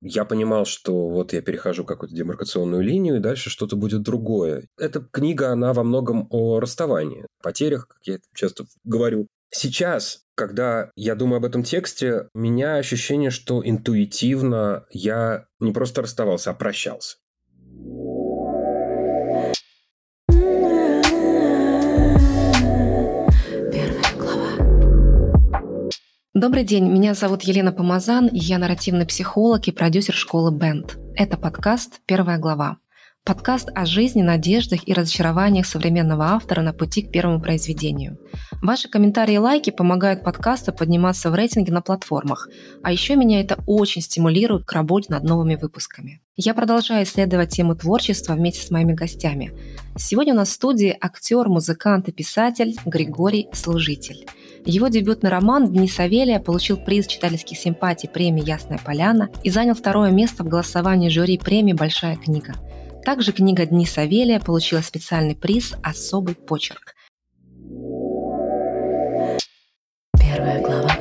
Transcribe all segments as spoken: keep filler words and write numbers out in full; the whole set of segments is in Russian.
я понимал, что вот я перехожу какую-то демаркационную линию, и дальше что-то будет другое. Эта книга, она во многом о расставании, потерях, как я часто говорю. Сейчас, когда я думаю об этом тексте, у меня ощущение, что интуитивно я не просто расставался, а прощался. Добрый день, меня зовут Елена Помазан, и я нарративный психолог и продюсер школы Бенд. Это подкаст «Первая глава». Подкаст о жизни, надеждах и разочарованиях современного автора на пути к первому произведению. Ваши комментарии и лайки помогают подкасту подниматься в рейтинге на платформах, а еще меня это очень стимулирует к работе над новыми выпусками. Я продолжаю исследовать тему творчества вместе с моими гостями. Сегодня у нас в студии актер, музыкант и писатель Григорий Служитель. Его дебютный роман «Дни Савелия» получил приз читательских симпатий премии «Ясная поляна» и занял второе место в голосовании жюри премии «Большая книга». Также книга «Дни Савелия» получила специальный приз «Особый почерк». Первая глава.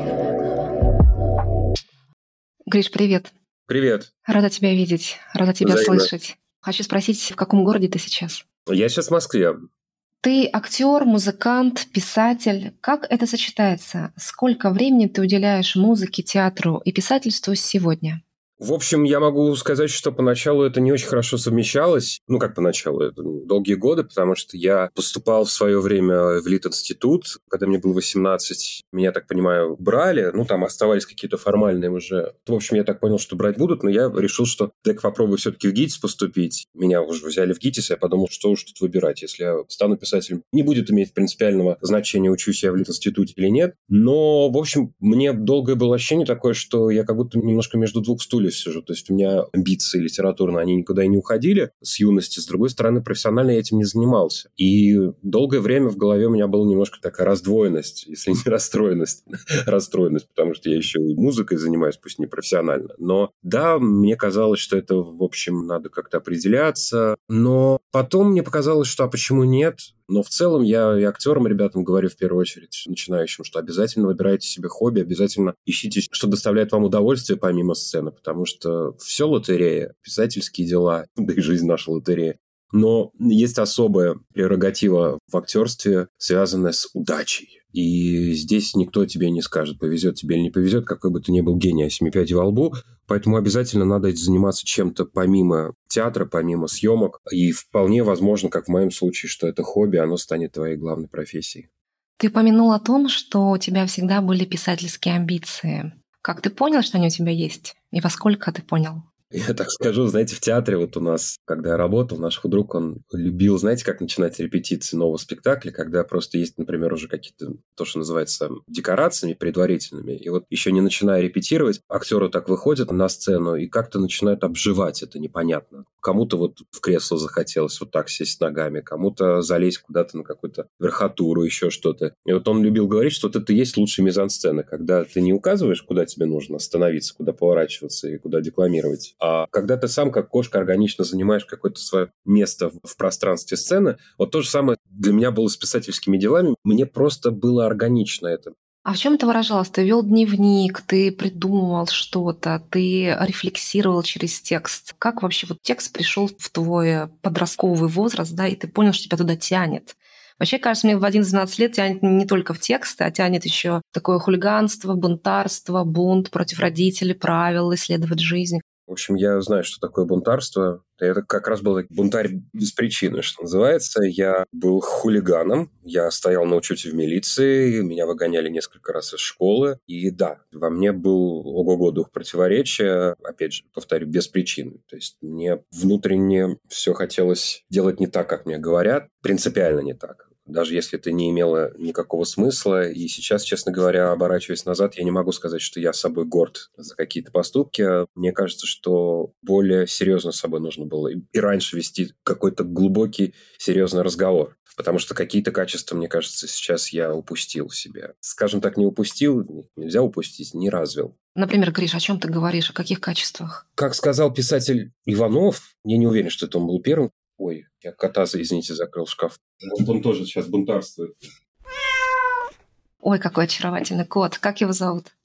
Гриш, привет. Привет. Рада тебя видеть, рада тебя Взаимно. слышать. Хочу спросить, в каком городе ты сейчас? Я сейчас в Москве. Ты актер, музыкант, писатель. Как это сочетается? Сколько времени ты уделяешь музыке, театру и писательству сегодня? В общем, я могу сказать, что поначалу это не очень хорошо совмещалось. Ну, как поначалу, это долгие годы, потому что я поступал в свое время в Литинститут. Когда мне было восемнадцать, меня, так понимаю, брали. Ну, там оставались какие-то формальные уже. В общем, я так понял, что брать будут, но я решил, что так попробую все-таки в ГИТИС поступить. Меня уже взяли в ГИТИС, я подумал, что уж тут выбирать. Если я стану писателем, не будет иметь принципиального значения, учусь я в Литинституте или нет. Но, в общем, мне долгое было ощущение такое, что я как будто немножко между двух стульев сижу. То есть у меня амбиции литературные, они никуда и не уходили с юности. С другой стороны, профессионально я этим не занимался. И долгое время в голове у меня была немножко такая раздвоенность, если не расстроенность, расстроенность, потому что я еще и музыкой занимаюсь, пусть не профессионально. Но да, мне казалось, что это, в общем, надо как-то определяться. Но потом мне показалось, что а почему нет? Но в целом я и актерам, ребятам говорю в первую очередь, начинающим, что обязательно выбирайте себе хобби, обязательно ищите, что доставляет вам удовольствие помимо сцены, потому что все лотерея, писательские дела, да и жизнь наша лотерея. Но есть особая прерогатива в актерстве, связанная с удачей. И здесь никто тебе не скажет, повезет тебе или не повезет, какой бы ты ни был гений о семи пядей во лбу. Поэтому обязательно надо заниматься чем-то помимо театра, помимо съемок. И вполне возможно, как в моем случае, что это хобби, оно станет твоей главной профессией. Ты упомянул о том, что у тебя всегда были писательские амбиции. Как ты понял, что они у тебя есть? И во сколько ты понял? Я так скажу, знаете, в театре вот у нас, когда я работал, наш худрук, он любил, знаете, как начинать репетиции нового спектакля, когда просто есть, например, уже какие-то, то, что называется, декорациями предварительными, и вот еще не начиная репетировать, актеры так выходят на сцену и как-то начинают обживать это непонятно. Кому-то вот в кресло захотелось вот так сесть ногами, кому-то залезть куда-то на какую-то верхотуру, еще что-то. И вот он любил говорить, что вот это и есть лучшая мизансцена, когда ты не указываешь, куда тебе нужно остановиться, куда поворачиваться и куда декламировать, а когда ты сам, как кошка, органично занимаешь какое-то свое место в пространстве сцены, вот то же самое для меня было с писательскими делами. Мне просто было органично это. А в чем это выражалось? Ты вел дневник, ты придумывал что-то, ты рефлексировал через текст. Как вообще вот текст пришел в твой подростковый возраст, да, и ты понял, что тебя туда тянет? Вообще, кажется, мне в одиннадцать-двенадцать лет тянет не только в тексты, а тянет еще такое хулиганство, бунтарство, бунт против родителей, правил, исследовать жизнь. В общем, я знаю, что такое бунтарство. Это как раз был бунтарь без причины, что называется. Я был хулиганом, я стоял на учете в милиции, меня выгоняли несколько раз из школы. И да, во мне был ого-го дух противоречия, опять же, повторю, без причины. То есть мне внутренне все хотелось делать не так, как мне говорят, принципиально не так. Даже если это не имело никакого смысла. И сейчас, честно говоря, оборачиваясь назад, я не могу сказать, что я собой горд за какие-то поступки. Мне кажется, что более серьезно с собой нужно было и раньше вести какой-то глубокий, серьезный разговор. Потому что какие-то качества, мне кажется, сейчас я упустил в себе. Скажем так, не упустил, нельзя упустить, не развил. Например, Гриш, о чем ты говоришь, о каких качествах? Как сказал писатель Иванов, я не уверен, что это он был первым. Ой, я кота, извините, закрыл шкаф. Вот он тоже сейчас бунтарствует. Ой, какой очаровательный кот. Как его зовут?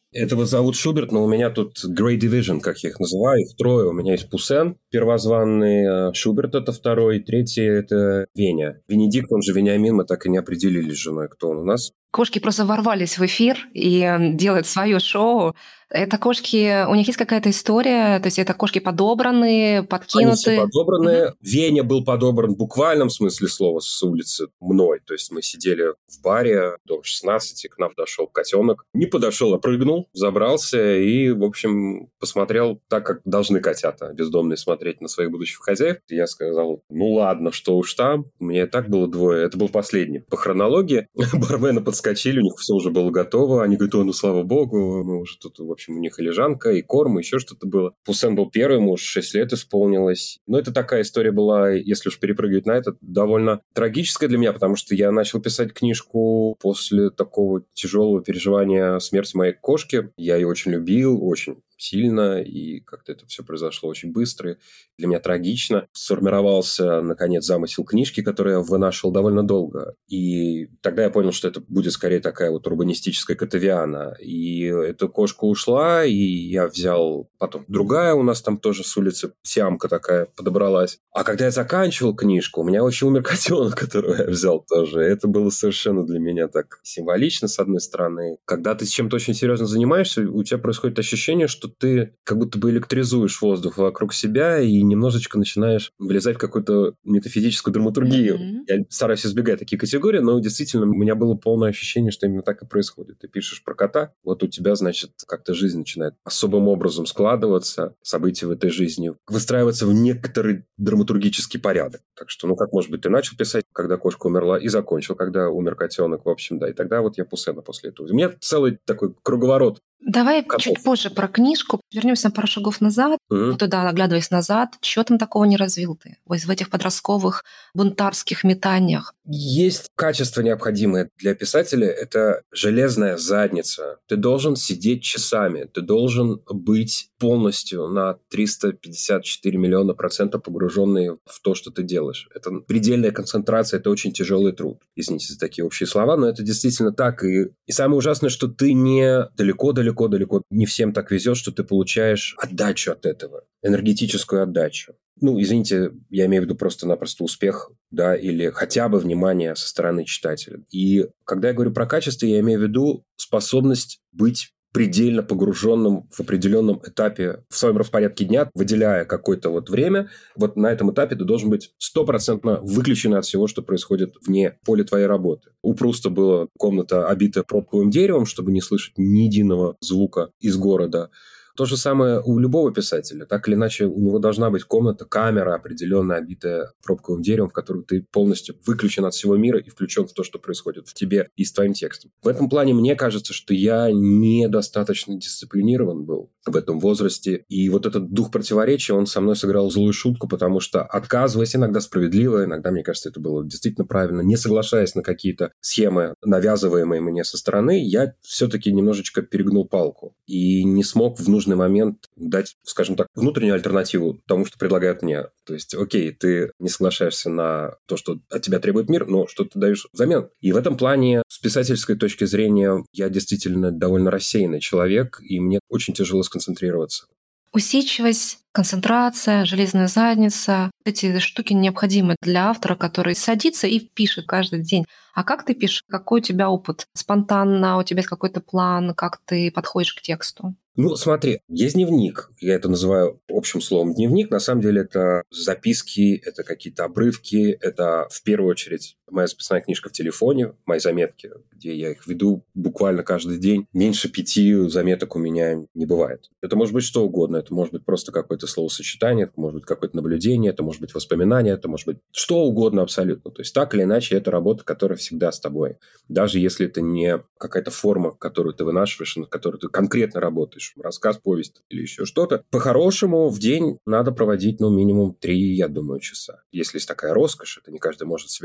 Этого зовут Шуберт, но у меня тут Grey Division, как я их называю, их трое. У меня есть Пуссен, первозванный, Шуберт это второй, третий это Веня. Венедикт, он же Вениамин, мы так и не определились с женой, кто он у нас. Кошки просто ворвались в эфир и делают свое шоу. Это кошки, у них есть какая-то история, то есть это кошки подобранные, подкинуты? Они все подобранные. Угу. Веня был подобран в буквальном смысле слова с улицы мной. То есть мы сидели в баре до шестнадцати, к нам подошел котенок. Не подошел, а прыгнул, забрался и, в общем, посмотрел так, как должны котята бездомные смотреть на своих будущих хозяев. Я сказал, ну ладно, что уж там. Мне и так было двое. Это был последний. По хронологии бармены подскочили, у них все уже было готово. Они говорят, ну слава богу, мы уже тут... В общем, у них и лежанка, и корм, и еще что-то было. Пуссен был первый, ему уже шесть лет исполнилось. Но это такая история была, если уж перепрыгивать на это, довольно трагическая для меня, потому что я начал писать книжку после такого тяжелого переживания смерти моей кошки. Я ее очень любил, очень сильно, и как-то это все произошло очень быстро. Для меня трагично. Сформировался, наконец, замысел книжки, который я вынашивал довольно долго. И тогда я понял, что это будет скорее такая вот урбанистическая катавиана. И эта кошка ушла, и я взял потом другая у нас там тоже с улицы, сиамка такая подобралась. А когда я заканчивал книжку, у меня очень умер котенок, которого я взял тоже. Это было совершенно для меня так символично, с одной стороны. Когда ты с чем-то очень серьезно занимаешься, у тебя происходит ощущение, что ты как будто бы электризуешь воздух вокруг себя и немножечко начинаешь влезать в какую-то метафизическую драматургию. Mm-hmm. Я стараюсь избегать такие категории, но действительно у меня было полное ощущение, что именно так и происходит. Ты пишешь про кота, вот у тебя, значит, как-то жизнь начинает особым образом складываться, события в этой жизни выстраиваться в некоторый драматургический порядок. Так что, ну как, может быть, ты начал писать, когда кошка умерла, и закончил, когда умер котенок, в общем, да. И тогда вот я Пуссена после этого. У меня целый такой круговорот. Давай котов. Чуть позже про книжку. Вернемся на пару шагов назад. Mm-hmm. Туда, оглядываясь назад, чего там такого не развил ты? Вот в этих подростковых бунтарских метаниях. Есть качество, необходимое для писателя. Это железная задница. Ты должен сидеть часами. Ты должен быть полностью на триста пятьдесят четыре миллиона процентов погруженный в то, что ты делаешь. Это предельная концентрация. Это очень тяжелый труд. Извините за такие общие слова, но это действительно так. И, и самое ужасное, что ты не далеко-далеко Далеко-далеко не всем так везет, что ты получаешь отдачу от этого, энергетическую отдачу. Ну, извините, я имею в виду просто-напросто успех, да, или хотя бы внимание со стороны читателя. И когда я говорю про качество, я имею в виду способность быть предельно погруженным в определенном этапе в своем распорядке дня, выделяя какое-то вот время. Вот на этом этапе ты должен быть стопроцентно выключен от всего, что происходит вне поля твоей работы. У Пруста была комната, обитая пробковым деревом, чтобы не слышать ни единого звука из города. То же самое у любого писателя. Так или иначе, у него должна быть комната, камера определенно обитая пробковым деревом, в которой ты полностью выключен от всего мира и включен в то, что происходит в тебе и с твоим текстом. В этом плане мне кажется, что я недостаточно дисциплинирован был в этом возрасте. И вот этот дух противоречия, он со мной сыграл злую шутку, потому что, отказываясь иногда справедливо, иногда, мне кажется, это было действительно правильно, не соглашаясь на какие-то схемы, навязываемые мне со стороны, я все-таки немножечко перегнул палку и не смог в нужный момент дать, скажем так, внутреннюю альтернативу тому, что предлагают мне. То есть, окей, ты не соглашаешься на то, что от тебя требует мир, но что ты даешь взамен. И в этом плане, с писательской точки зрения, я действительно довольно рассеянный человек, и мне очень тяжело сконцентрироваться. Усидчивость, концентрация, железная задница – эти штуки необходимы для автора, который садится и пишет каждый день. А как ты пишешь? Какой у тебя опыт? Спонтанно? У тебя есть какой-то план? Как ты подходишь к тексту? Ну, смотри, есть дневник. Я это называю общим словом дневник. На самом деле это записки, это какие-то обрывки, это в первую очередь моя записная книжка в телефоне, мои заметки, где я их веду буквально каждый день. Меньше пяти заметок у меня не бывает. Это может быть что угодно. Это может быть просто какое-то словосочетание, это может быть какое-то наблюдение, это может быть воспоминание, это может быть что угодно абсолютно. То есть так или иначе это работа, которая всегда с тобой. Даже если это не какая-то форма, которую ты вынашиваешь, над которой ты конкретно работаешь, рассказ, повесть или еще что-то. По-хорошему, в день надо проводить, ну, минимум три, я думаю, часа. Если есть такая роскошь, это не каждый может себе позволить.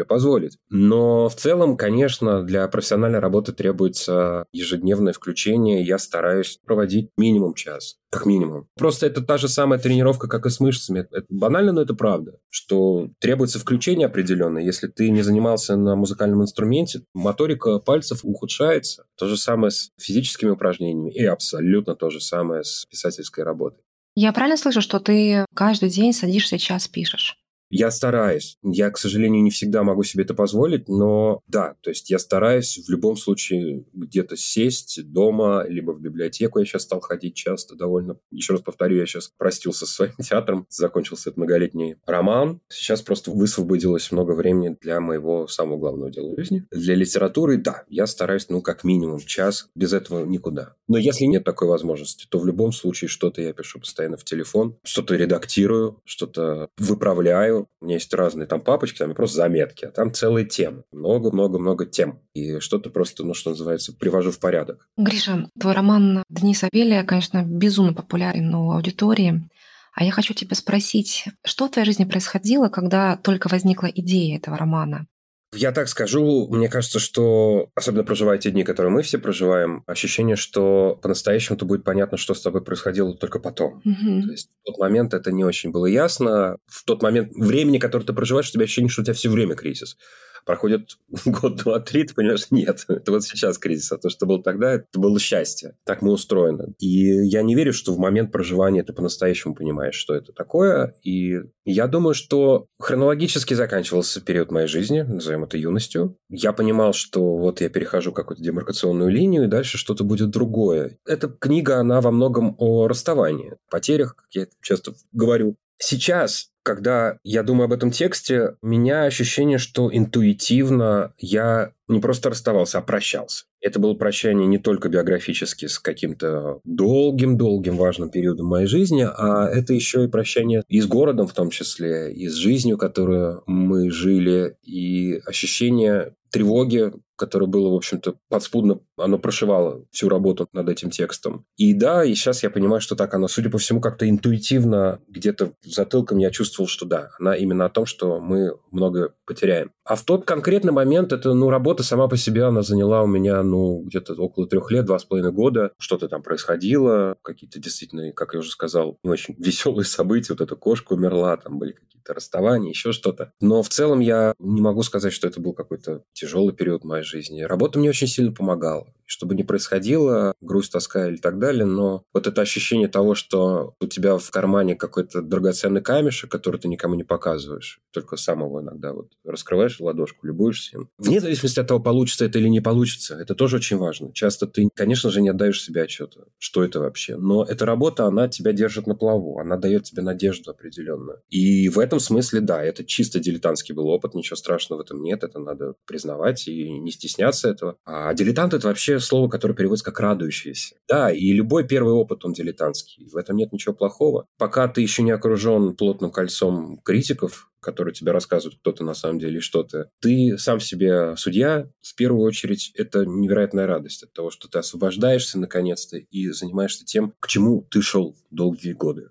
быть. Но в целом, конечно, для профессиональной работы требуется ежедневное включение. Я стараюсь проводить минимум час. Как минимум. Просто это та же самая тренировка, как и с мышцами. Это банально, но это правда. Что требуется включение определенное. Если ты не занимался на музыкальном инструменте, моторика пальцев ухудшается. То же самое с физическими упражнениями. И абсолютно то же самое с писательской работой. Я правильно слышу, что ты каждый день садишься, час пишешь? Я стараюсь. Я, к сожалению, не всегда могу себе это позволить, но да, то есть я стараюсь в любом случае где-то сесть дома, либо в библиотеку. Я сейчас стал ходить часто довольно. Еще раз повторю, я сейчас простился со своим театром, закончился этот многолетний роман. Сейчас просто высвободилось много времени для моего самого главного дела в жизни. Для литературы, да, я стараюсь, ну, как минимум час. Без этого никуда. Но если нет такой возможности, то в любом случае что-то я пишу постоянно в телефон, что-то редактирую, что-то выправляю. У меня есть разные там папочки, там просто заметки, а там целые темы. Много-много-много тем. И что-то просто, ну, что называется, привожу в порядок. Гриша, твой роман «Дни Савелия», конечно, безумно популярен у аудитории. А я хочу тебя спросить, что в твоей жизни происходило, когда только возникла идея этого романа? Я так скажу, мне кажется, что, особенно проживая те дни, которые мы все проживаем, ощущение, что по-настоящему-то будет понятно, что с тобой происходило только потом. Угу. То есть в тот момент это не очень было ясно. В тот момент времени, который ты проживаешь, у тебя ощущение, что у тебя все время кризис. Проходит год, два, три, ты понимаешь, нет, это вот сейчас кризис, а то, что было тогда, это было счастье. Так мы устроены. И я не верю, что в момент проживания ты по-настоящему понимаешь, что это такое. И я думаю, что хронологически заканчивался период моей жизни, назовем это юностью. Я понимал, что вот я перехожу какую-то демаркационную линию, и дальше что-то будет другое. Эта книга, она во многом о расставании, потерях, как я часто говорю. Сейчас, когда я думаю об этом тексте, у меня ощущение, что интуитивно я не просто расставался, а прощался. Это было прощание не только биографически с каким-то долгим-долгим важным периодом моей жизни, а это еще и прощание и с городом в том числе, и с жизнью, которую мы жили, и ощущение тревоги, которое было, в общем-то, подспудно, оно прошивало всю работу над этим текстом. И да, и сейчас я понимаю, что так оно, судя по всему, как-то интуитивно, где-то затылком я чувствовал, что да, она именно о том, что мы много потеряем. А в тот конкретный момент это, ну, работа сама по себе, она заняла у меня, ну, где-то около трех лет, два с половиной года. Что-то там происходило, какие-то действительно, как я уже сказал, не очень веселые события. Вот эта кошка умерла, там были какие-то расставания, еще что-то. Но в целом я не могу сказать, что это был какой-то тяжелый период моей жизни. Работа мне очень сильно помогала. Что бы ни происходило, грусть, тоска или так далее, но вот это ощущение того, что у тебя в кармане какой-то драгоценный камешек, который ты никому не показываешь, только сам его иногда вот раскрываешь в ладошку, любуешься им. Вне зависимости от того, получится это или не получится, это тоже очень важно. Часто ты, конечно же, не отдаешь себе отчета, что это вообще. Но эта работа, она тебя держит на плаву, она дает тебе надежду определенную. И в этом смысле, да, это чисто дилетантский был опыт, ничего страшного в этом нет, это надо признавать и не стесняться этого. А дилетант – это вообще слово, которое переводится как «радующийся». Да, и любой первый опыт, он дилетантский. В этом нет ничего плохого. Пока ты еще не окружен плотным кольцом критиков, которые тебе рассказывают, кто ты на самом деле и что ты, ты сам себе судья. В первую очередь, это невероятная радость от того, что ты освобождаешься наконец-то и занимаешься тем, к чему ты шел долгие годы.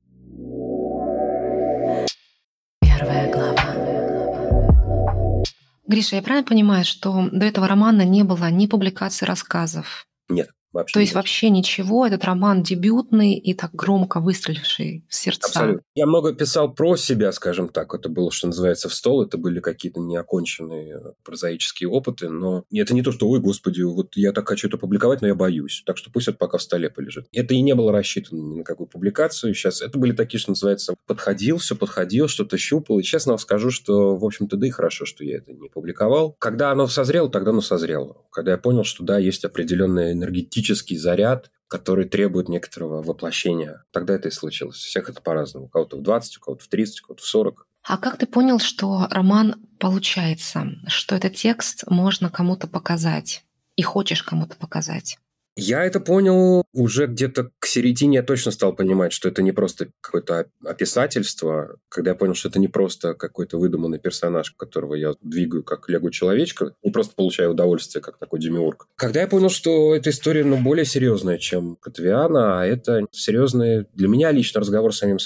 Первая глава. Гриша, я правильно понимаю, что до этого романа не было ни публикации рассказов? Нет. Вообще То есть нет. вообще ничего, этот роман дебютный и так громко выстреливший в сердца. Абсолютно. Я много писал про себя, скажем так. Это было, что называется, в стол. Это были какие-то неоконченные прозаические опыты. Но это не то, что, ой, господи, вот я так хочу это публиковать, но я боюсь. Так что пусть это пока в столе полежит. Это и не было рассчитано ни на какую публикацию. Сейчас это были такие, что называется, подходил, все подходил, что-то щупал. И честно скажу, что, в общем-то, да и хорошо, что я это не публиковал. Когда оно созрело, тогда оно созрело. Когда я понял, что да, есть определенная энергетическая заряд, который требует некоторого воплощения. Тогда это и случилось. У всех это по-разному. У кого-то в двадцать, у кого-то в тридцать, у кого-то в сорок. А как ты понял, что роман получается, что этот текст можно кому-то показать и хочешь кому-то показать? Я это понял уже где-то к середине. Я точно стал понимать, что это не просто какое-то описательство, когда я понял, что это не просто какой-то выдуманный персонаж, которого я двигаю как лего-человечка, не просто получаю удовольствие, как такой демиург. Когда я понял, что эта история, ну, более серьезная, чем Котвиана, а это серьезный для меня лично разговор с самим собой.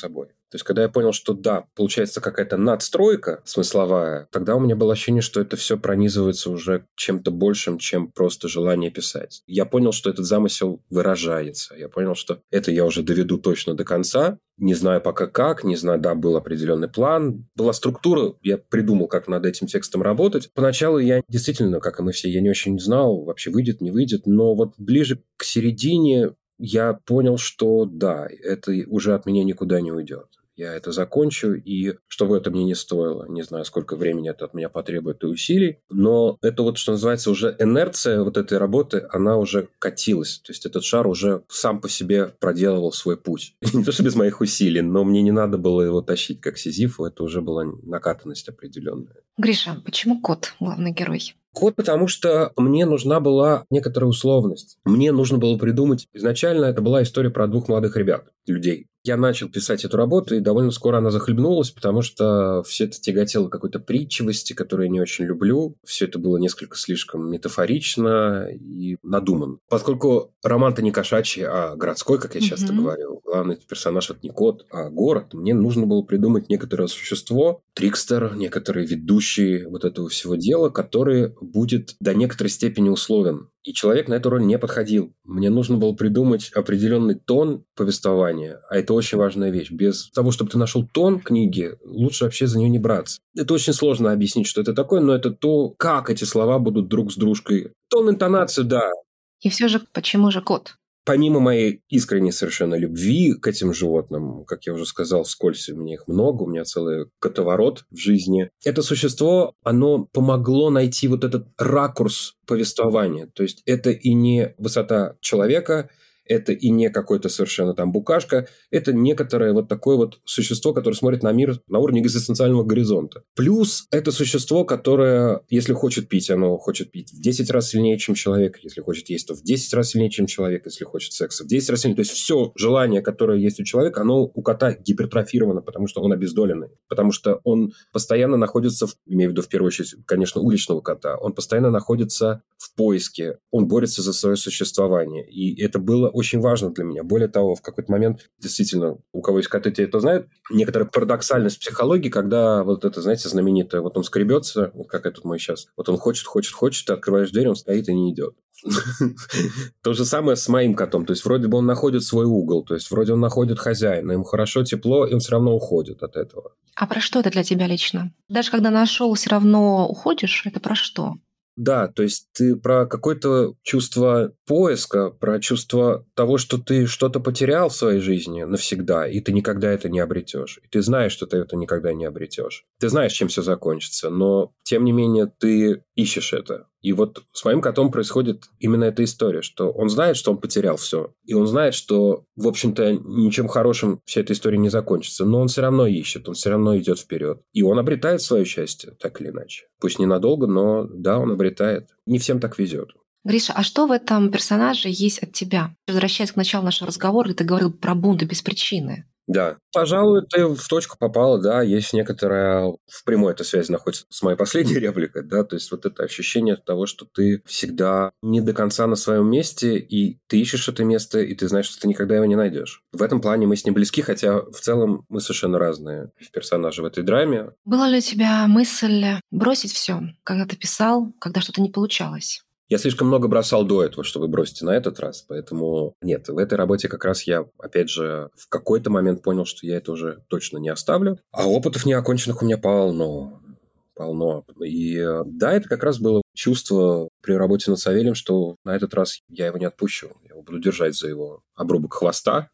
То есть, когда я понял, что да, получается какая-то надстройка смысловая, тогда у меня было ощущение, что это все пронизывается уже чем-то большим, чем просто желание писать. Я понял, что этот замысел выражается. Я понял, что это я уже доведу точно до конца. Не знаю пока как, не знаю, да, был определенный план. Была структура, я придумал, как над этим текстом работать. Поначалу я действительно, как и мы все, я не очень знал, вообще выйдет, не выйдет. Но вот ближе к середине я понял, что да, это уже от меня никуда не уйдет. Я это закончу, и чтобы это мне не стоило, не знаю, сколько времени это от меня потребует и усилий, но это вот, что называется, уже инерция вот этой работы, она уже катилась. То есть этот шар уже сам по себе проделывал свой путь. Не то, что без моих усилий, но мне не надо было его тащить, как Сизифу, это уже была накатанность определенная. Гриша, почему кот главный герой? Кот, потому что мне нужна была некоторая условность. Мне нужно было придумать... Изначально это была история про двух молодых ребят, людей. Я начал писать эту работу, и довольно скоро она захлебнулась, потому что все это тяготело какой-то притчивости, которую я не очень люблю. Все это было несколько слишком метафорично и надуманно. Поскольку роман-то не кошачий, а городской, как я часто mm-hmm. говорю, главный персонаж – это не кот, а город, мне нужно было придумать некоторое существо, трикстер, некоторый ведущий вот этого всего дела, который будет до некоторой степени условен. И человек на эту роль не подходил. Мне нужно было придумать определенный тон повествования, а это очень важная вещь. Без того, чтобы ты нашел тон книги, лучше вообще за нее не браться. Это очень сложно объяснить, что это такое, но это то, как эти слова будут друг с дружкой. Тон, интонацию, да. И все же, почему же кот? Помимо моей искренней совершенно любви к этим животным, как я уже сказал вскользь, у меня их много, у меня целый котоворот в жизни. Это существо, оно помогло найти вот этот ракурс повествования. То есть это и не высота человека, это и не какой-то совершенно там букашка, это некоторое вот такое вот существо, которое смотрит на мир на уровне экзистенциального горизонта. Плюс это существо, которое, если хочет пить, оно хочет пить в десять раз сильнее, чем человек, если хочет есть, то в десять раз сильнее, чем человек, если хочет секса, в десять раз сильнее. То есть все желание, которое есть у человека, оно у кота гипертрофировано, потому что он обездоленный, потому что он постоянно находится, в, имею в виду в первую очередь, конечно, уличного кота, он постоянно находится в поиске, он борется за свое существование. И это было очень важно для меня. Более того, в какой-то момент, действительно, у кого есть коты, те это знают, некоторая парадоксальность психологии, когда вот это, знаете, знаменитое, вот он скребется, вот как этот мой сейчас, вот он хочет, хочет, хочет, ты открываешь дверь, он стоит и не идет. То же самое с моим котом. То есть, вроде бы он находит свой угол, то есть, вроде он находит хозяина, ему хорошо, тепло, и он все равно уходит от этого. А про что это для тебя лично? Даже когда нашел, все равно уходишь? Это про что? Да, то есть ты про какое-то чувство поиска, про чувство того, что ты что-то потерял в своей жизни навсегда, и ты никогда это не обретешь. И ты знаешь, что ты это никогда не обретешь. Ты знаешь, чем все закончится, но тем не менее ты ищешь это. И вот с моим котом происходит именно эта история, что он знает, что он потерял все. И он знает, что, в общем-то, ничем хорошим вся эта история не закончится. Но он все равно ищет, он все равно идет вперед. И он обретает свое счастье, так или иначе. Пусть ненадолго, но да, он обретает. Не всем так везет. Гриша, а что в этом персонаже есть от тебя? Возвращаясь к началу нашего разговора, ты говорил про бунты без причины. Да, пожалуй, ты в точку попала, да, есть некоторая, в прямой этой связи находится с моей последней репликой, да, то есть вот это ощущение того, что ты всегда не до конца на своем месте, и ты ищешь это место, и ты знаешь, что ты никогда его не найдешь. В этом плане мы с ним близки, хотя в целом мы совершенно разные персонажи в этой драме. Была ли у тебя мысль бросить все, когда ты писал, когда что-то не получалось? Я слишком много бросал до этого, чтобы бросить на этот раз, поэтому нет, в этой работе как раз я, опять же, в какой-то момент понял, что я это уже точно не оставлю. А опытов неоконченных у меня полно, полно. И да, это как раз было чувство при работе над Савелием, что на этот раз я его не отпущу, я его буду держать за его обрубок хвоста,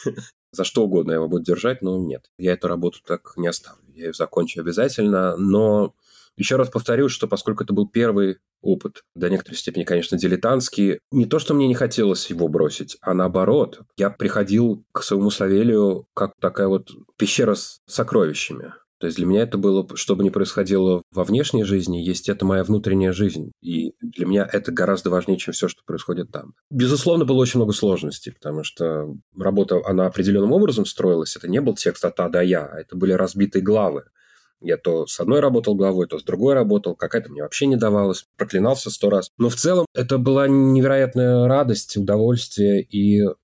за что угодно я его буду держать, но нет, я эту работу так не оставлю, я ее закончу обязательно, но... Еще раз повторю, что поскольку это был первый опыт, до некоторой степени, конечно, дилетантский, не то, что мне не хотелось его бросить, а наоборот. Я приходил к своему Савелию как такая вот пещера с сокровищами. То есть для меня это было, что бы ни происходило во внешней жизни, есть это моя внутренняя жизнь. И для меня это гораздо важнее, чем все, что происходит там. Безусловно, было очень много сложностей, потому что работа, она определенным образом строилась. Это не был текст от А до Я, а это были разбитые главы. Я то с одной работал главой, то с другой работал. Какая-то мне вообще не давалась. Проклинался сто раз. Но в целом это была невероятная радость, удовольствие. И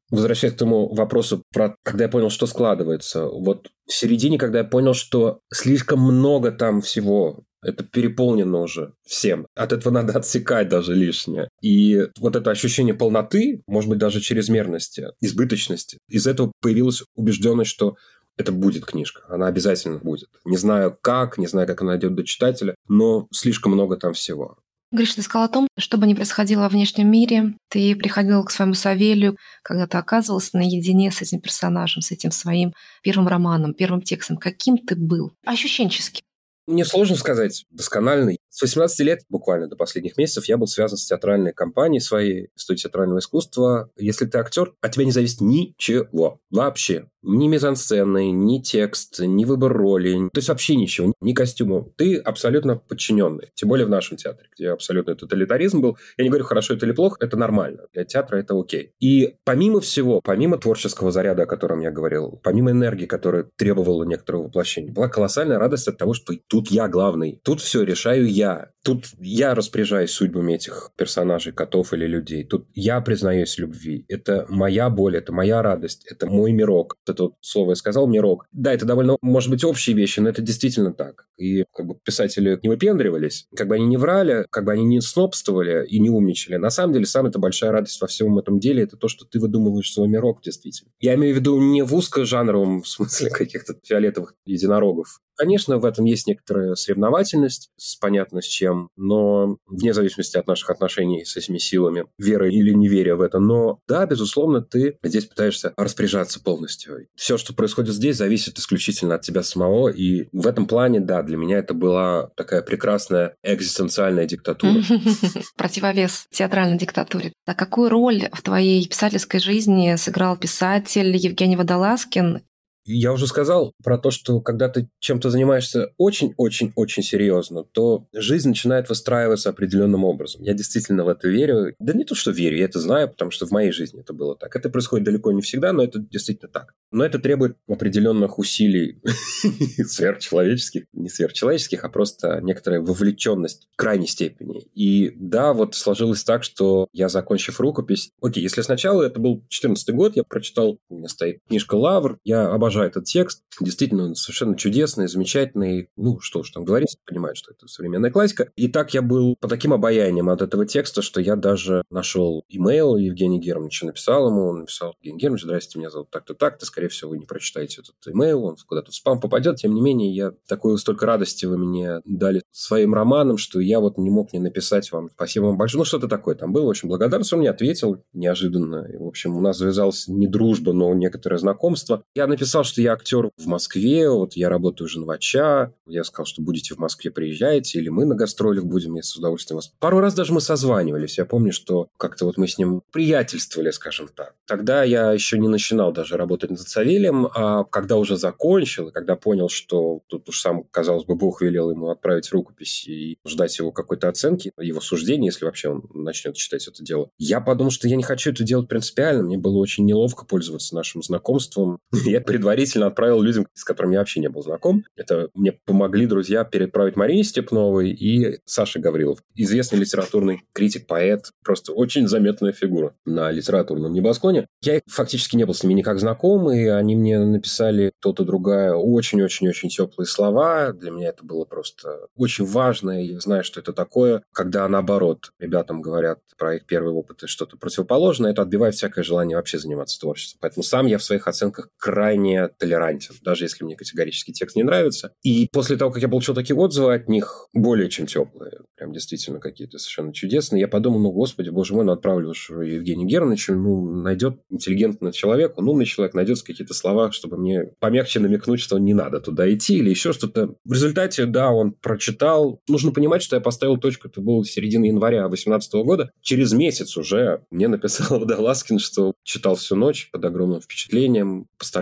Возвращаясь к тому вопросу про когда я понял, что складывается. Вот в середине, когда я понял, что слишком много там всего, это переполнено уже всем. От этого надо отсекать даже лишнее. И вот это ощущение полноты, может быть, даже чрезмерности, избыточности, из этого появилась убежденность, что это будет книжка, она обязательно будет. Не знаю как, не знаю, как она дойдет до читателя, но слишком много там всего. Гриш, ты сказал о том, что бы ни происходило во внешнем мире, ты приходил к своему Савелью, когда ты оказывался наедине с этим персонажем, с этим своим первым романом, первым текстом. Каким ты был? Ощущенчески. Мне сложно сказать досконально. С восемнадцати лет, буквально до последних месяцев, я был связан с театральной компанией своей, студией театрального искусства. Если ты актер, от тебя не зависит ничего. Вообще. Ни мизансцены, ни текст, ни выбор роли. То есть вообще ничего. Ни костюмов. Ты абсолютно подчиненный. Тем более в нашем театре, где абсолютно тоталитаризм был. Я не говорю, хорошо это или плохо, это нормально. Для театра это окей. И помимо всего, помимо творческого заряда, о котором я говорил, помимо энергии, которая требовала некоторого воплощения, была колоссальная радость от того, что тут я главный. Тут все решаю я. Тут я распоряжаюсь судьбами этих персонажей, котов или людей. Тут я признаюсь в любви. Это моя боль, это моя радость, это мой мирок. Это вот слово я сказал, мирок. Да, это довольно, может быть, общие вещи, но это действительно так. И как бы писатели не выпендривались, как бы они не врали, как бы они не снобствовали и не умничали. На самом деле, самая большая радость во всем этом деле – это то, что ты выдумываешь свой мирок, действительно. Я имею в виду не в узкожанровом смысле каких-то фиолетовых единорогов. Конечно, в этом есть некоторая соревновательность, понятно с чем, но вне зависимости от наших отношений с этими силами, верой или неверия в это. Но да, безусловно, ты здесь пытаешься распоряжаться полностью. Все, что происходит здесь, зависит исключительно от тебя самого. И в этом плане, да, для меня это была такая прекрасная экзистенциальная диктатура. Противовес театральной диктатуре. А какую роль в твоей писательской жизни сыграл писатель Евгений Водолазкин? Я уже сказал про то, что когда ты чем-то занимаешься очень-очень-очень серьезно, то жизнь начинает выстраиваться определенным образом. Я действительно в это верю. Да не то, что верю, я это знаю, потому что в моей жизни это было так. Это происходит далеко не всегда, но это действительно так. Но это требует определенных усилий сверхчеловеческих, не сверхчеловеческих, а просто некоторая вовлеченность в крайней степени. И да, вот сложилось так, что я, закончив рукопись... Окей, если сначала это был четырнадцатый год, я прочитал, у меня стоит книжка «Лавр», я обожаю этот текст. Действительно, он совершенно чудесный, замечательный. Ну, что уж там говорить, понимаю, что это современная классика. И так я был по таким обаяниям от этого текста, что я даже нашел имейл Евгения Германовича, написал ему, он написал: Евгений Германович, здрасте, меня зовут так-то, так-то, скорее всего, вы не прочитаете этот имейл, он куда-то в спам попадет. Тем не менее, я такой столько радости вы мне дали своим романом, что я вот не мог не написать вам. Спасибо вам большое. Ну, что-то такое там было. Очень благодарен. Он мне ответил неожиданно. И, в общем, у нас завязалась не дружба, но некоторое знакомство. Я написал, что я актер в Москве, вот я работаю уже новача. Я сказал, что будете в Москве, приезжайте, или мы на гастролях будем, я с удовольствием вас... Пару раз даже мы созванивались. Я помню, что как-то вот мы с ним приятельствовали, скажем так. Тогда я еще не начинал даже работать над Савелием, а когда уже закончил, и когда понял, что тут уж сам, казалось бы, Бог велел ему отправить рукопись и ждать его какой-то оценки, его суждения, если вообще он начнет читать это дело, я подумал, что я не хочу это делать принципиально. Мне было очень неловко пользоваться нашим знакомством. Я предварительно отправил людям, с которыми я вообще не был знаком. Это мне помогли друзья переправить Марине Степновой и Саше Гаврилов. Известный литературный критик, поэт, просто очень заметная фигура на литературном небосклоне. Я фактически не был с ними никак знаком, и они мне написали то-то другая очень-очень-очень теплые слова. Для меня это было просто очень важно. И знаю, что это такое, когда наоборот ребятам говорят про их первые опыты что-то противоположное, это отбивает всякое желание вообще заниматься творчеством. Поэтому сам я в своих оценках крайне толерантен, даже если мне категорически текст не нравится. И после того, как я получил такие отзывы от них, более чем теплые, прям действительно какие-то совершенно чудесные, я подумал, ну, господи, боже мой, ну, отправлю уж Евгению Германовичу, ну, найдет интеллигентный человек, он умный человек, найдется какие-то слова, чтобы мне помягче намекнуть, что не надо туда идти или еще что-то. В результате, да, он прочитал. Нужно понимать, что я поставил точку, это было середина января две тысячи восемнадцатого года. Через месяц уже мне написал Водолазкин, что читал всю ночь под огромным впечатлением, постараюсь сделать все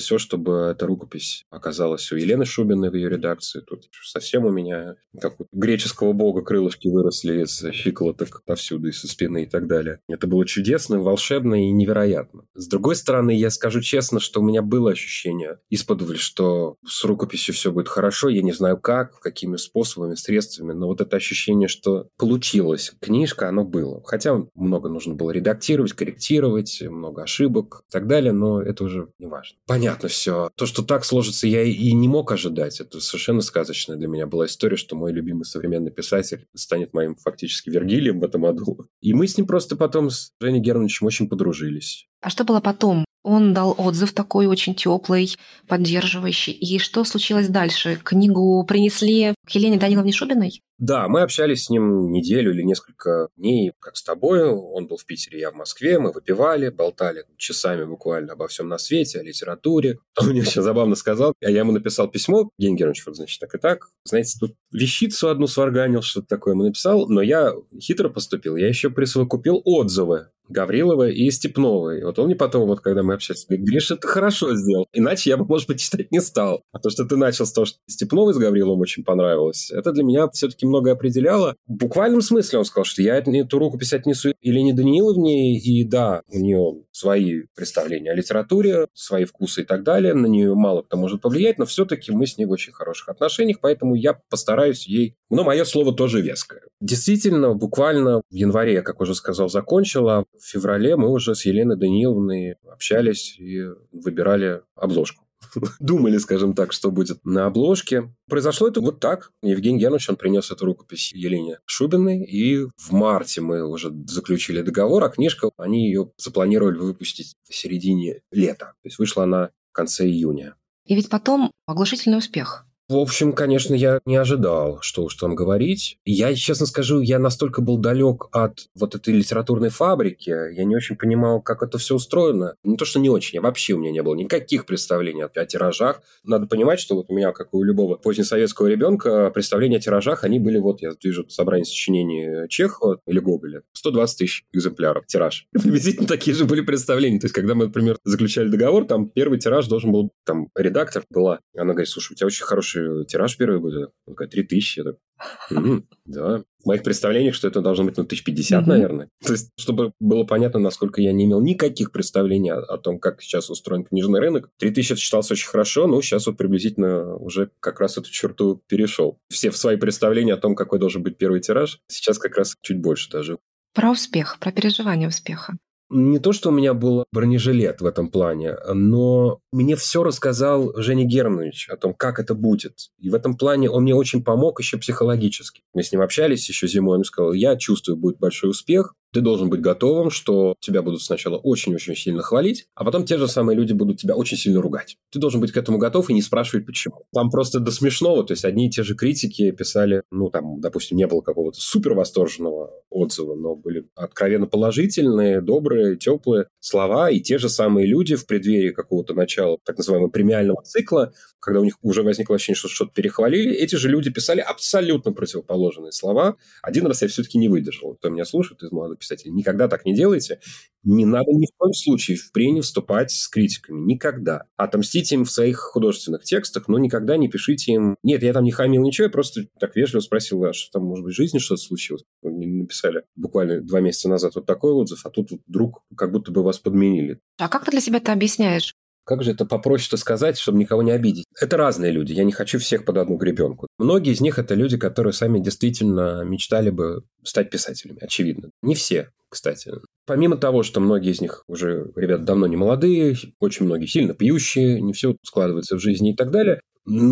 все, чтобы эта рукопись оказалась у Елены Шубиной в ее редакции. Тут совсем у меня, как у греческого бога, крылышки выросли из щиколоток повсюду, и со спины и так далее. Это было чудесно, волшебно и невероятно. С другой стороны, я скажу честно, что у меня было ощущение исподволь, что с рукописью все будет хорошо. Я не знаю как, какими способами, средствами, но вот это ощущение, что получилась книжка, оно было. Хотя много нужно было редактировать, корректировать, много ошибок и так далее, но это уже не важно. Понятно все. То, что так сложится, я и не мог ожидать. Это совершенно сказочная для меня была история, что мой любимый современный писатель станет моим фактически Вергилием в этом году. И мы с ним просто потом с Женей Германовичем очень подружились. А что было потом? Он дал отзыв такой очень теплый, поддерживающий. И что случилось дальше? Книгу принесли к Елене Даниловне Шубиной? Да, мы общались с ним неделю или несколько дней, как с тобой. Он был в Питере, я в Москве. Мы выпивали, болтали часами буквально обо всем на свете, о литературе. Он мне очень забавно сказал. А я ему написал письмо. Евгений Германович, вот, значит, так и так. Знаете, тут вещицу одну сварганил, что-то такое ему написал. Но я хитро поступил. Я еще присовокупил отзывы Гаврилова и Степновой. Вот он мне потом, вот когда мы общались, говорит: Гриша, ты хорошо сделал. Иначе я бы, может быть, читать не стал. А то, что ты начал с того, что Степновой с Гавриловым очень понравилось, это для меня все-таки многое определяло. В буквальном смысле он сказал, что я эту рукопись отнесу Елене Даниловне, и да, у нее свои представления о литературе, свои вкусы и так далее. На нее мало кто может повлиять, но все-таки мы с ней в очень хороших отношениях, поэтому я постараюсь ей... Но мое слово тоже веское. Действительно, буквально в январе, я, как уже сказал, закончила. В феврале мы уже с Еленой Даниловной общались и выбирали обложку. Думали, скажем так, что будет на обложке. Произошло это вот так. Евгений Германович, он принес эту рукопись Елене Шубиной, и в марте мы уже заключили договор, а книжка, они ее запланировали выпустить в середине лета. То есть вышла она в конце июня. И ведь потом оглушительный успех. В общем, конечно, я не ожидал, что уж там говорить. Я, честно скажу, я настолько был далек от вот этой литературной фабрики, я не очень понимал, как это все устроено. Не то, что не очень, а вообще у меня не было никаких представлений о, о тиражах. Надо понимать, что вот у меня, как и у любого позднесоветского ребенка, представления о тиражах, они были вот, я вижу собрание сочинений Чехова или Гоголя, сто двадцать тысяч экземпляров тираж. Приблизительно такие же были представления. То есть, когда мы, например, заключали договор, там первый тираж должен был, там редактор была, она говорит: слушай, у тебя очень хороший тираж первый будет. Он говорит: три тысячи. Я так, м-м, да. В моих представлениях, что это должно быть, ну, тысяч пятьдесят, mm-hmm. наверное. То есть, чтобы было понятно, насколько я не имел никаких представлений о, о том, как сейчас устроен книжный рынок. три тысячи это считалось очень хорошо, но сейчас вот приблизительно уже как раз эту черту перешел. Все в свои представления о том, какой должен быть первый тираж, сейчас как раз чуть больше даже. Про успех, про переживание успеха. Не то, что у меня был бронежилет в этом плане, но мне все рассказал Женя Германович о том, как это будет. И в этом плане он мне очень помог еще психологически. Мы с ним общались еще зимой, он сказал: я чувствую, будет большой успех, ты должен быть готовым, что тебя будут сначала очень-очень сильно хвалить, а потом те же самые люди будут тебя очень сильно ругать. Ты должен быть к этому готов и не спрашивать, почему. Там просто до смешного, то есть одни и те же критики писали, ну, там, допустим, не было какого-то супер восторженного отзыва, но были откровенно положительные, добрые, теплые слова, и те же самые люди в преддверии какого-то начала так называемого премиального цикла, когда у них уже возникло ощущение, что что-то перехвалили, эти же люди писали абсолютно противоположные слова. Один раз я все-таки не выдержал. Кто меня слушает из молодых писателей, никогда так не делайте. Не надо ни в коем случае в прение вступать с критиками. Никогда. Отомстите им в своих художественных текстах, но никогда не пишите им: нет, я там не хамил ничего, я просто так вежливо спросил: а что там, может быть, в жизни что-то случилось? Вы мне написали буквально два месяца назад вот такой отзыв, а тут вдруг как будто бы вас подменили. А как ты для себя это объясняешь? Как же это попроще-то сказать, чтобы никого не обидеть? Это разные люди. Я не хочу всех под одну гребенку. Многие из них это люди, которые сами действительно мечтали бы стать писателями, очевидно. Не все, кстати. Помимо того, что многие из них уже, ребята, давно не молодые, очень многие сильно пьющие, не все складывается в жизни и так далее.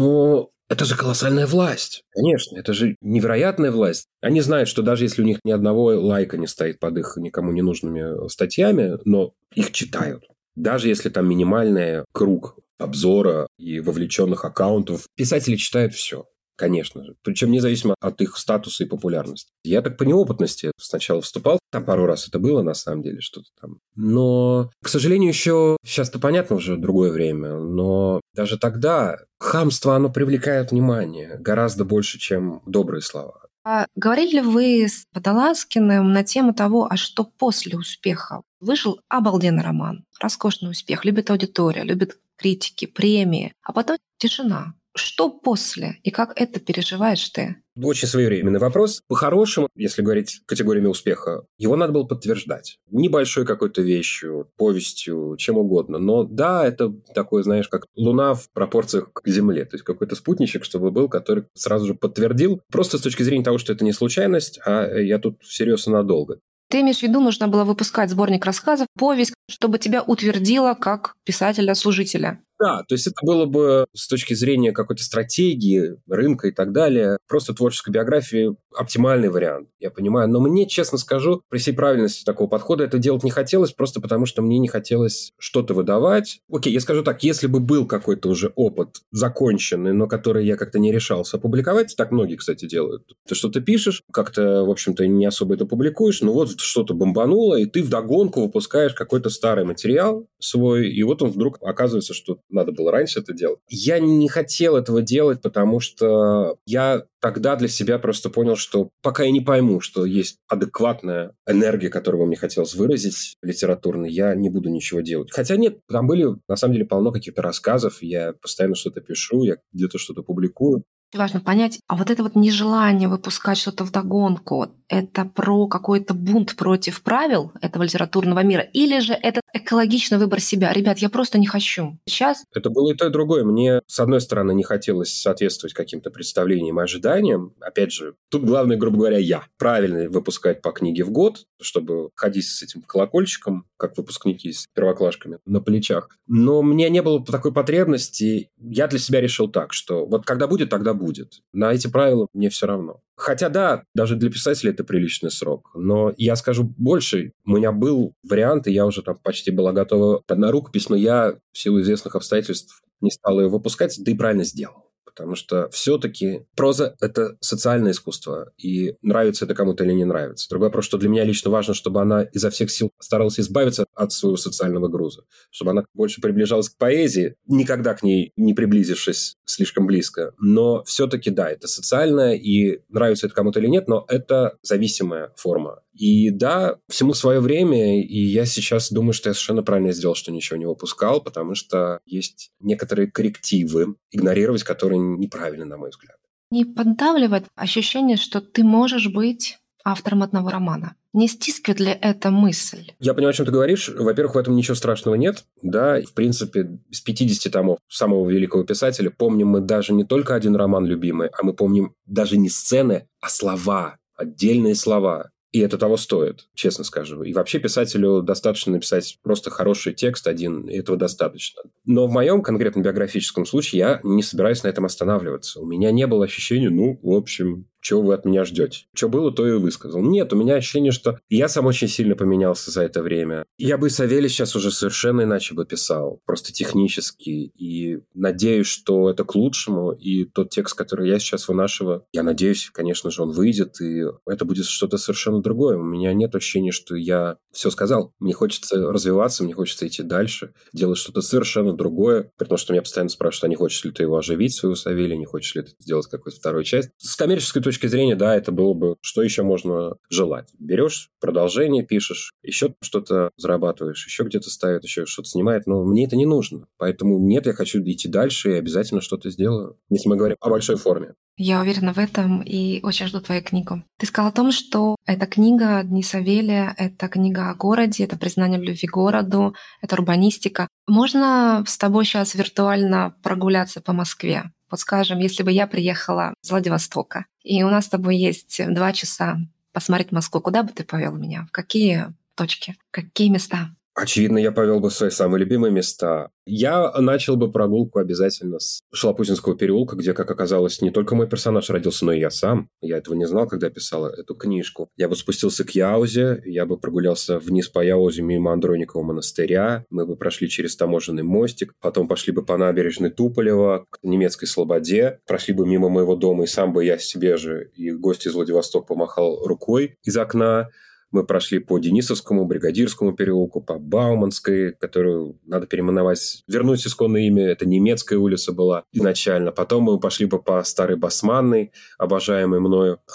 Но это же колоссальная власть. Конечно, это же невероятная власть. Они знают, что даже если у них ни одного лайка не стоит под их никому не нужными статьями, но их читают. Даже если там минимальный круг обзора и вовлеченных аккаунтов, писатели читают все, конечно же. Причем независимо от их статуса и популярности. Я так по неопытности сначала вступал, там пару раз это было на самом деле что-то там. Но, к сожалению, еще сейчас-то понятно уже другое время, но даже тогда хамство, оно привлекает внимание гораздо больше, чем добрые слова. А говорили ли вы с Водолазкиным на тему того, а что после успеха? Вышел обалденный роман, роскошный успех, любит аудитория, любит критики, премии, а потом тишина. Что после и как это переживаешь ты? Очень своевременный вопрос. По-хорошему, если говорить категориями успеха, его надо было подтверждать. Небольшой какой-то вещью, повестью, чем угодно. Но да, это такое, знаешь, как Луна в пропорциях к Земле. То есть какой-то спутничек, чтобы был, который сразу же подтвердил. Просто с точки зрения того, что это не случайность, а я тут всерьез и надолго. Ты имеешь в виду, нужно было выпускать сборник рассказов, повесть, чтобы тебя утвердило как писателя-служителя? Да, то есть это было бы с точки зрения какой-то стратегии, рынка и так далее, просто творческой биографии оптимальный вариант, я понимаю. Но мне, честно скажу, при всей правильности такого подхода это делать не хотелось, просто потому что мне не хотелось что-то выдавать. Окей, я скажу так, если бы был какой-то уже опыт законченный, но который я как-то не решался опубликовать, так многие, кстати, делают. Ты что-то пишешь, как-то, в общем-то, не особо это публикуешь, но вот что-то бомбануло, и ты вдогонку выпускаешь какой-то старый материал свой, и вот он вдруг оказывается, что надо было раньше это делать. Я не хотел этого делать, потому что я тогда для себя просто понял, что пока я не пойму, что есть адекватная энергия, которую мне хотелось выразить литературно, я не буду ничего делать. Хотя нет, там были, на самом деле, полно каких-то рассказов, я постоянно что-то пишу, я где-то что-то публикую. Важно понять, а вот это вот нежелание выпускать что-то вдогонку, это про какой-то бунт против правил этого литературного мира, или же это экологичный выбор себя? Ребят, я просто не хочу. Сейчас... Это было и то, и другое. Мне, с одной стороны, не хотелось соответствовать каким-то представлениям и ожиданиям. Опять же, тут главное, грубо говоря, я. Правильно выпускать по книге в год, чтобы ходить с этим колокольчиком, как выпускники с первоклашками на плечах. Но мне не было такой потребности. Я для себя решил так, что вот когда будет, тогда будет. На эти правила мне все равно. Хотя да, даже для писателя это приличный срок. Но я скажу больше. У меня был вариант, и я уже там почти была готова на рукопись, но я в силу известных обстоятельств не стал ее выпускать, да и правильно сделал. Потому что все-таки проза – это социальное искусство, и нравится это кому-то или не нравится. Другой вопрос, что для меня лично важно, чтобы она изо всех сил старалась избавиться от своего социального груза, чтобы она больше приближалась к поэзии, никогда к ней не приблизившись слишком близко. Но все-таки, да, это социальное, и нравится это кому-то или нет, но это зависимая форма. И да, всему свое время, и я сейчас думаю, что я совершенно правильно сделал, что ничего не выпускал, потому что есть некоторые коррективы, игнорировать которые неправильно, на мой взгляд. Не поддавливает ощущение, что ты можешь быть автором одного романа? Не стискивает ли эта мысль? Я понимаю, о чем ты говоришь. Во-первых, в этом ничего страшного нет. Да, в принципе, с пятидесяти томов самого великого писателя помним мы даже не только один роман любимый, а мы помним даже не сцены, а слова, отдельные слова. И это того стоит, честно скажу. И вообще писателю достаточно написать просто хороший текст один, и этого достаточно. Но в моем конкретном биографическом случае я не собираюсь на этом останавливаться. У меня не было ощущения, ну, в общем, чего вы от меня ждете. Что было, то и высказал. Нет, у меня ощущение, что я сам очень сильно поменялся за это время. Я бы Савелий сейчас уже совершенно иначе бы писал, просто технически. И надеюсь, что это к лучшему. И тот текст, который я сейчас вынашиваю, я надеюсь, конечно же, он выйдет, и это будет что-то совершенно другое. У меня нет ощущения, что я все сказал. Мне хочется развиваться, мне хочется идти дальше, делать что-то совершенно другое. При том, что меня постоянно спрашивают, а не хочешь ли ты его оживить, своего Савелия, не хочешь ли ты сделать какую-то вторую часть. С коммерческой точки зрения, да, это было бы, что еще можно желать. Берешь продолжение, пишешь, еще что-то зарабатываешь, еще где-то ставят, еще что-то снимает, но мне это не нужно. Поэтому нет, я хочу идти дальше и обязательно что-то сделаю, если мы говорим о большой форме. Я уверена в этом и очень жду твою книгу. Ты сказал о том, что эта книга «Дни Савелия» — это книга о городе, это признание в любви к городу, это урбанистика. Можно с тобой сейчас виртуально прогуляться по Москве? Вот скажем, если бы я приехала из Владивостока, и у нас с тобой есть два часа посмотреть Москву, куда бы ты повел меня? В какие точки? В какие места? Очевидно, я повел бы в свои самые любимые места. Я начал бы прогулку обязательно с Шалопутинского переулка, где, как оказалось, не только мой персонаж родился, но и я сам. Я этого не знал, когда писал эту книжку. Я бы спустился к Яузе, я бы прогулялся вниз по Яузе мимо Андроникова монастыря, мы бы прошли через таможенный мостик, потом пошли бы по набережной Туполева к немецкой Слободе, прошли бы мимо моего дома, и сам бы я себе же и гость из Владивостока помахал рукой из окна. Мы прошли по Денисовскому, Бригадирскому переулку, по Бауманской, которую надо переименовать, вернуть исконное имя. Это немецкая улица была изначально. Потом мы пошли бы по Старой Басманной, обожаемой мною от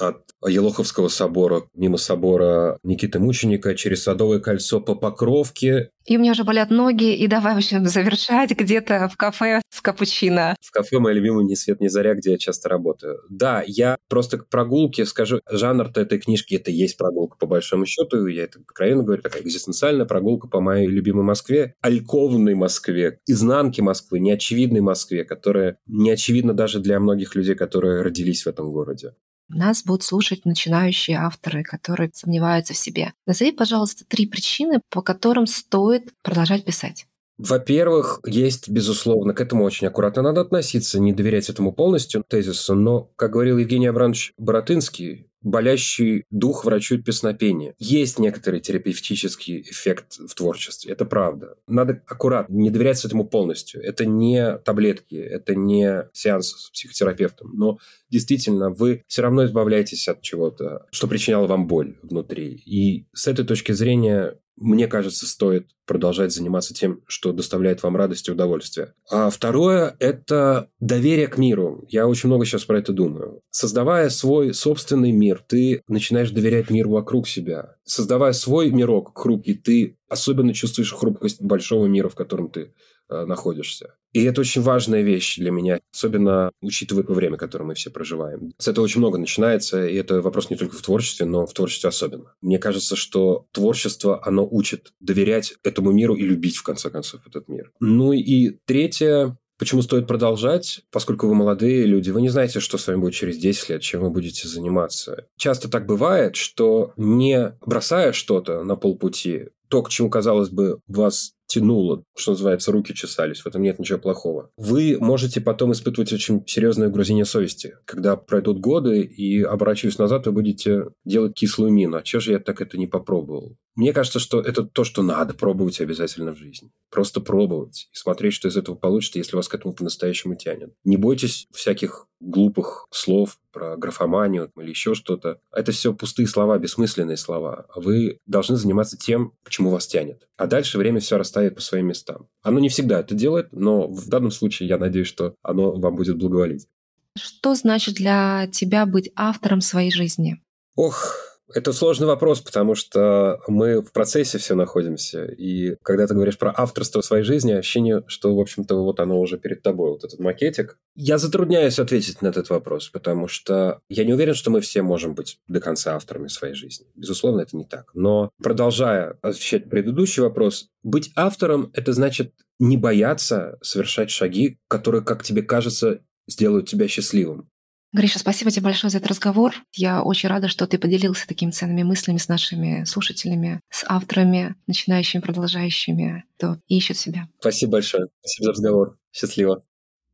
Елоховского собора, мимо собора Никиты Мученика, через Садовое кольцо по Покровке. И у меня уже болят ноги, и давай, в общем, завершать где-то в кафе с капучино. В кафе «Моя любимая «Ни свет ни заря», где я часто работаю. Да, я просто к прогулке скажу, жанр-то этой книжки – это и есть прогулка, по большому счету. Я это откровенно говорю, такая экзистенциальная прогулка по моей любимой Москве, альковной Москве, изнанке Москвы, неочевидной Москве, которая не очевидна даже для многих людей, которые родились в этом городе. Нас будут слушать начинающие авторы, которые сомневаются в себе. Назови, пожалуйста, три причины, по которым стоит продолжать писать. Во-первых, есть, безусловно, к этому очень аккуратно надо относиться, не доверять этому полностью тезису, но, как говорил Евгений Абрамович Боротынский, болящий дух врачует песнопение. Есть некоторый терапевтический эффект в творчестве, это правда. Надо аккуратно, не доверять этому полностью. Это не таблетки, это не сеанс с психотерапевтом, но действительно вы все равно избавляетесь от чего-то, что причиняло вам боль внутри. И с этой точки зрения, мне кажется, стоит продолжать заниматься тем, что доставляет вам радость и удовольствие. А второе – это доверие к миру. Я очень много сейчас про это думаю. Создавая свой собственный мир, ты начинаешь доверять миру вокруг себя. Создавая свой мирок хрупкий, ты особенно чувствуешь хрупкость большого мира, в котором ты э, находишься. И это очень важная вещь для меня, особенно учитывая то время, которое мы все проживаем. С этого очень много начинается, и это вопрос не только в творчестве, но в творчестве особенно. Мне кажется, что творчество, оно учит доверять этому миру и любить, в конце концов, этот мир. Ну и третье, почему стоит продолжать, поскольку вы молодые люди, вы не знаете, что с вами будет через десять лет, чем вы будете заниматься. Часто так бывает, что не бросая что-то на полпути, то, к чему, казалось бы, вас тянуло, что называется, руки чесались, в этом нет ничего плохого. Вы можете потом испытывать очень серьезное угрызение совести. Когда пройдут годы, и, оборачиваясь назад, вы будете делать кислую мину. А чего же я так это не попробовал? Мне кажется, что это то, что надо пробовать обязательно в жизни. Просто пробовать и смотреть, что из этого получится, если вас к этому по-настоящему тянет. Не бойтесь всяких глупых слов про графоманию или еще что-то. Это все пустые слова, бессмысленные слова. Вы должны заниматься тем, к чему вас тянет. А дальше время все расставит по своим местам. Оно не всегда это делает, но в данном случае я надеюсь, что оно вам будет благоволить. Что значит для тебя быть автором своей жизни? Ох, это сложный вопрос, потому что мы в процессе все находимся. И когда ты говоришь про авторство своей жизни, ощущение, что, в общем-то, вот оно уже перед тобой, вот этот макетик. Я затрудняюсь ответить на этот вопрос, потому что я не уверен, что мы все можем быть до конца авторами своей жизни. Безусловно, это не так. Но продолжая отвечать предыдущий вопрос, быть автором – это значит не бояться совершать шаги, которые, как тебе кажется, сделают тебя счастливым. Гриша, спасибо тебе большое за этот разговор. Я очень рада, что ты поделился такими ценными мыслями с нашими слушателями, с авторами, начинающими, продолжающими, кто ищет себя. Спасибо большое. Спасибо за разговор. Счастливо.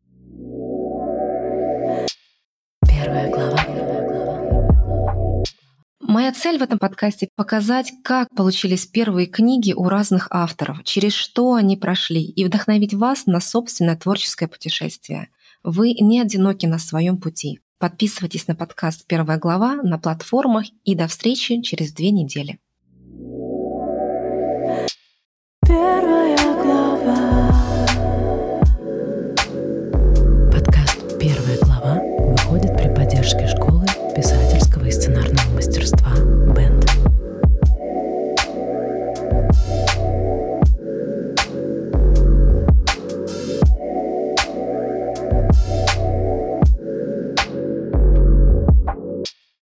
Первая глава. Моя цель в этом подкасте — показать, как получились первые книги у разных авторов, через что они прошли, и вдохновить вас на собственное творческое путешествие. Вы не одиноки на своем пути. Подписывайтесь на подкаст «Первая глава» на платформах, и до встречи через две недели.